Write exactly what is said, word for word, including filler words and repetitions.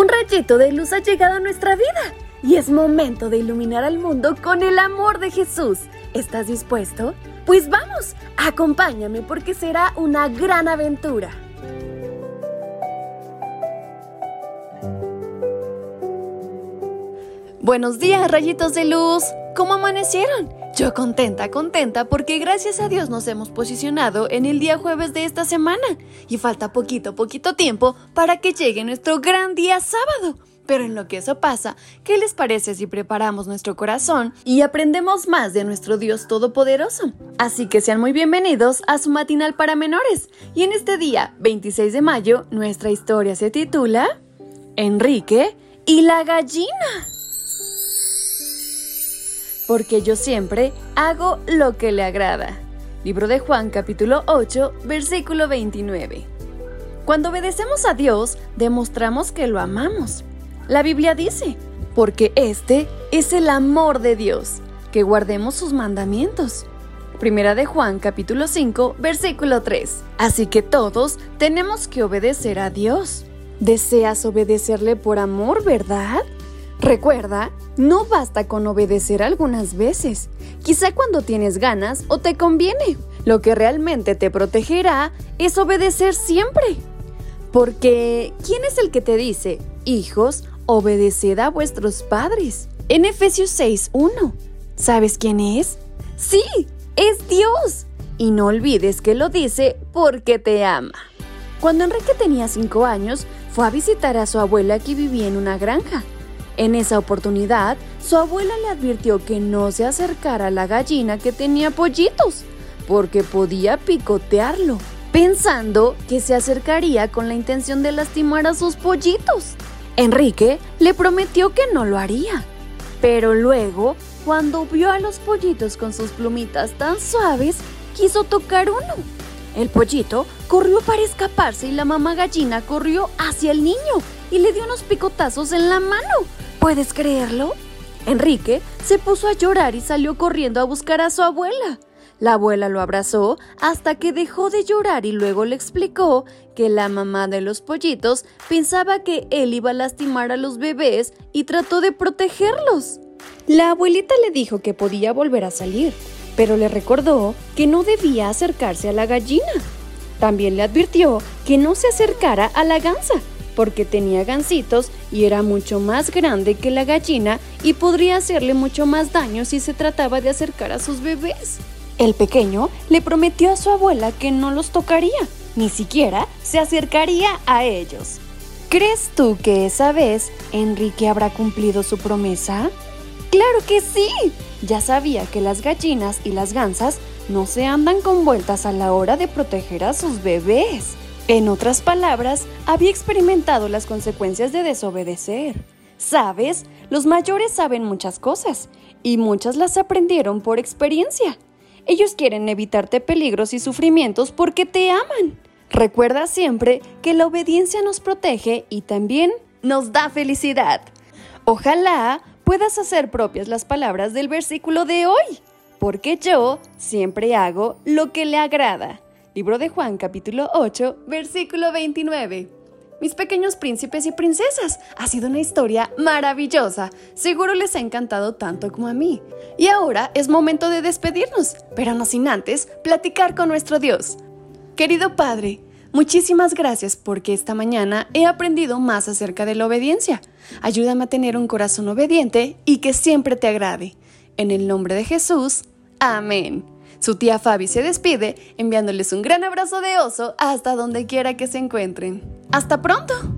Un rayito de luz ha llegado a nuestra vida y es momento de iluminar al mundo con el amor de Jesús. ¿Estás dispuesto? Pues vamos, acompáñame porque será una gran aventura. Buenos días, rayitos de luz. ¿Cómo amanecieron? Yo contenta, contenta porque gracias a Dios nos hemos posicionado en el día jueves de esta semana y falta poquito, poquito tiempo para que llegue nuestro gran día sábado. Pero en lo que eso pasa, ¿qué les parece si preparamos nuestro corazón y aprendemos más de nuestro Dios Todopoderoso? Así que sean muy bienvenidos a su matinal para menores. Y en este día, veintiséis de mayo, nuestra historia se titula Enrique y la gallina. Porque yo siempre hago lo que le agrada. Libro de Juan, capítulo ocho, versículo veintinueve. Cuando obedecemos a Dios, demostramos que lo amamos. La Biblia dice, porque este es el amor de Dios, que guardemos sus mandamientos. Primera de Juan, capítulo cinco, versículo tres. Así que todos tenemos que obedecer a Dios. ¿Deseas obedecerle por amor, verdad? Recuerda, no basta con obedecer algunas veces, quizá cuando tienes ganas o te conviene. Lo que realmente te protegerá es obedecer siempre. Porque, ¿quién es el que te dice, hijos, obedeced a vuestros padres? En Efesios seis uno, ¿sabes quién es? Sí, es Dios. Y no olvides que lo dice porque te ama. Cuando Enrique tenía cinco años, fue a visitar a su abuela que vivía en una granja. En esa oportunidad, su abuela le advirtió que no se acercara a la gallina que tenía pollitos, porque podía picotearlo, pensando que se acercaría con la intención de lastimar a sus pollitos. Enrique le prometió que no lo haría, pero luego, cuando vio a los pollitos con sus plumitas tan suaves, quiso tocar uno. El pollito corrió para escaparse y la mamá gallina corrió hacia el niño y le dio unos picotazos en la mano. ¿Puedes creerlo? Enrique se puso a llorar y salió corriendo a buscar a su abuela. La abuela lo abrazó hasta que dejó de llorar y luego le explicó que la mamá de los pollitos pensaba que él iba a lastimar a los bebés y trató de protegerlos. La abuelita le dijo que podía volver a salir, pero le recordó que no debía acercarse a la gallina. También le advirtió que no se acercara a la gansa, porque tenía gansitos y era mucho más grande que la gallina y podría hacerle mucho más daño si se trataba de acercar a sus bebés. El pequeño le prometió a su abuela que no los tocaría, ni siquiera se acercaría a ellos. ¿Crees tú que esa vez Enrique habrá cumplido su promesa? ¡Claro que sí! Ya sabía que las gallinas y las gansas no se andan con vueltas a la hora de proteger a sus bebés. En otras palabras, había experimentado las consecuencias de desobedecer. ¿Sabes? Los mayores saben muchas cosas y muchas las aprendieron por experiencia. Ellos quieren evitarte peligros y sufrimientos porque te aman. Recuerda siempre que la obediencia nos protege y también nos da felicidad. Ojalá puedas hacer propias las palabras del versículo de hoy, porque yo siempre hago lo que le agrada. Libro de Juan, capítulo ocho, versículo veintinueve. Mis pequeños príncipes y princesas, ha sido una historia maravillosa. Seguro les ha encantado tanto como a mí. Y ahora es momento de despedirnos, pero no sin antes platicar con nuestro Dios. Querido Padre, muchísimas gracias porque esta mañana he aprendido más acerca de la obediencia. Ayúdame a tener un corazón obediente y que siempre te agrade. En el nombre de Jesús, amén. Su tía Fabi se despide enviándoles un gran abrazo de oso hasta donde quiera que se encuentren. ¡Hasta pronto!